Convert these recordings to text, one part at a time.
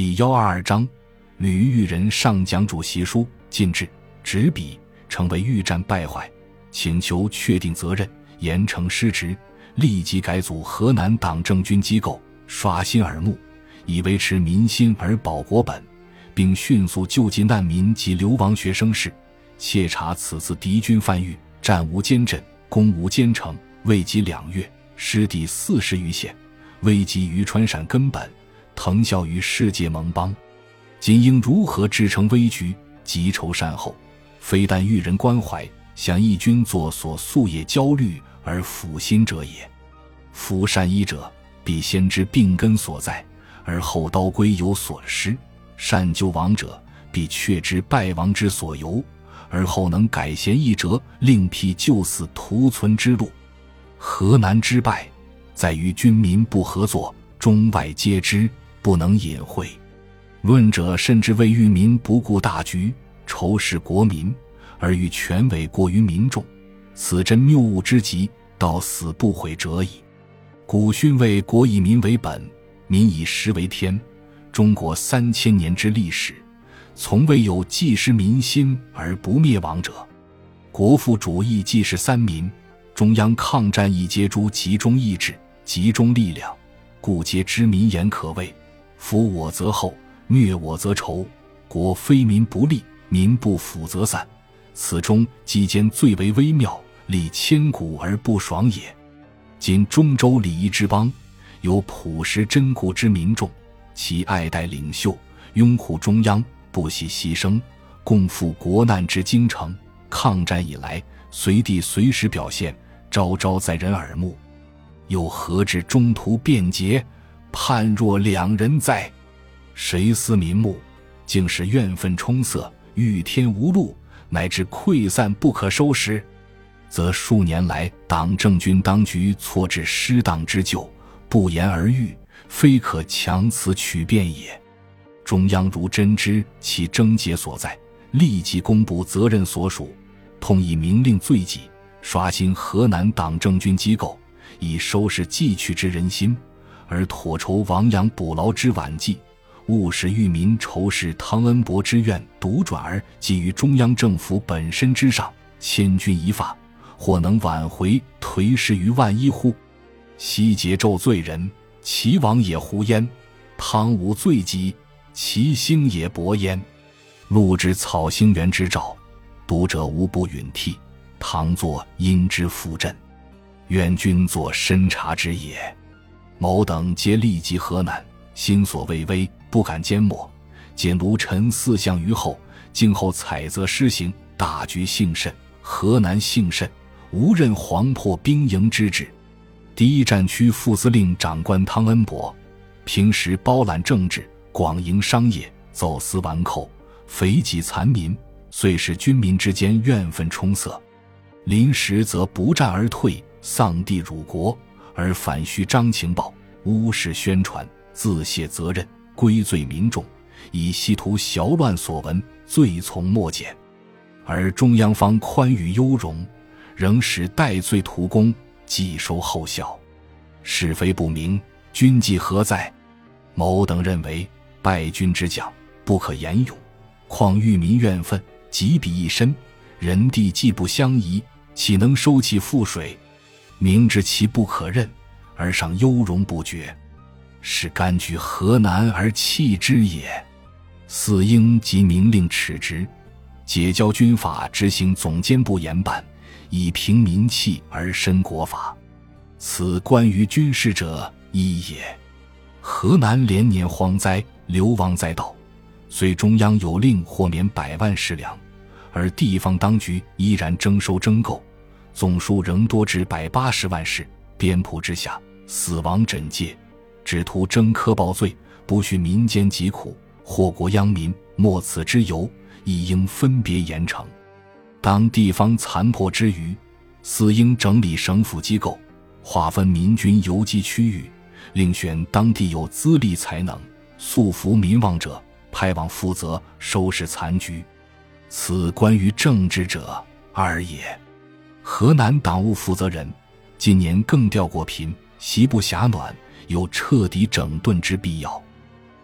第122章，吕玉人上讲主席书进制，执笔成为御战败坏，请求确定责任，严惩失职，立即改组河南党政军机构，刷新耳目，以维持民心而保国本，并迅速救济难民及流亡学生事，切查此次敌军犯狱，战无坚阵，攻无坚城，未及2月，失地40余县，危及于川陕根本，腾啸于世界盟邦。今应如何制成危局，急筹善后，非但育人关怀，想义军作所夙夜焦虑而抚心者也。夫善医者，必先知病根所在，而后刀归有所失；善救亡者，必确知败亡之所由，而后能改贤易辙，另辟救死图存之路。河南之败，在于军民不合作，中外皆知，不能隐晦。论者甚至为欲民不顾大局，仇视国民，而欲权位过于民众，此真谬误之极，到死不悔者矣。古训谓国以民为本，民以食为天。中国3000年之历史，从未有既失民心而不灭亡者。国父主义既是三民，中央抗战亦皆诸集中意志，集中力量，故皆知民言可畏，服我则厚，虐我则仇，国非民不立，民不辅则散，此中机间最为微妙，历千古而不爽也。今中州礼仪之邦，有朴实真固之民众，其爱戴领袖，拥护中央，不惜牺牲，共赴国难之京城，抗战以来随地随时表现，昭昭在人耳目，又何至中途变节，判若两人哉？谁思民目，竟是怨愤冲塞，欲天无路，乃至溃散不可收拾，则数年来党政军当局错置失当之咎，不言而喻，非可强词取辩也。中央如真知其症结所在，立即公布责任所属，痛议明令罪己，刷新河南党政军机构，以收拾既去之人心，而妥筹亡羊补牢之晚计，务使裕民仇视汤恩伯之怨独转而基于中央政府本身之上，千钧一发，或能挽回颓势于万一乎？昔桀纣罪人，其亡也乎焉；汤武罪己，其兴也勃焉。录之草兴元之诏，读者无不允涕，唐作因之复振，愿君作深察之也。某等皆立即河南，心所畏危，不敢缄默，仅卢陈4项于后，静候采择施行，大局幸甚，河南幸甚，无任惶迫兵营之志。第一战区副司令长官汤恩伯，平时包揽政治，广营商业，走私顽寇，肥己残民，遂使军民之间怨愤冲塞。临时则不战而退，丧地辱国，而反虚张情报，诬事宣传，自卸责任，归罪民众，以稀图小乱所闻，罪从莫减。而中央方宽裕优容，仍使戴罪图功，既收后效，是非不明，军纪何在？某等认为，败军之将不可言勇，况裕民怨愤，几彼一身，人地既不相宜，岂能收其覆水？明知其不可任，而尚优容不决，是甘居河南而弃之也。四应即明令耻职，解交军法执行总监部严办，以平民气而申国法，此关于军事者一也。河南连年荒灾，流亡在道，虽中央有令豁免100万食粮，而地方当局依然征收征购，总数仍多至180万食，鞭仆之下，死亡枕藉，只图征科报罪，不恤民间疾苦，祸国殃民，莫此之由，亦应分别严惩。当地方残破之余，司应整理省府机构，划分民军游击区域，另选当地有资历才能、素服民望者，派往负责收拾残局。此关于政治者二也。河南党务负责人今年更调过贫，席不暇暖，有彻底整顿之必要。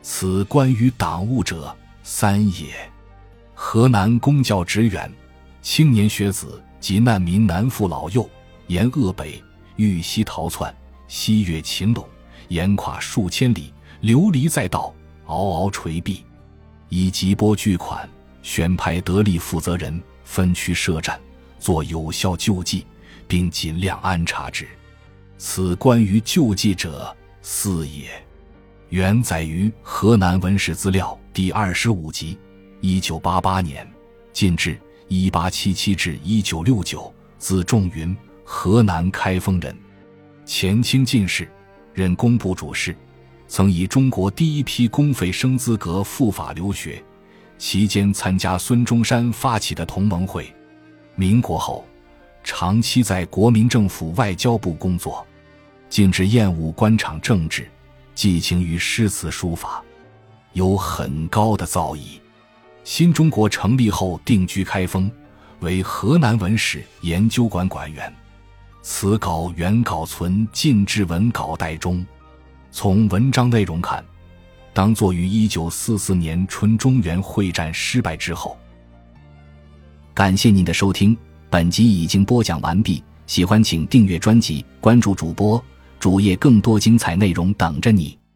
此关于党务者，三也。河南公教职员、青年学子及难民男妇老幼，沿鄂北、豫西逃窜，西越秦陇，沿跨数千里，流离在道，嗷嗷垂毙。以急拨巨款，选派得力负责人，分区设站，做有效救济，并尽量安察之。此关于救济者，四也。原载于河南文史资料第25集，1988年，进至1877至1969，字仲云，河南开封人，前清进士，任工部主事，曾以中国第一批公费生资格赴法留学，期间参加孙中山发起的同盟会。民国后，长期在国民政府外交部工作，近至厌恶官场政治，寄情于诗词书法，有很高的造诣。新中国成立后定居开封，为河南文史研究馆馆员。此稿原稿存晋志文稿袋中。从文章内容看，当作于1944年春中原会战失败之后。感谢您的收听，本集已经播讲完毕，喜欢请订阅专辑，关注主播，主页更多精彩内容等着你。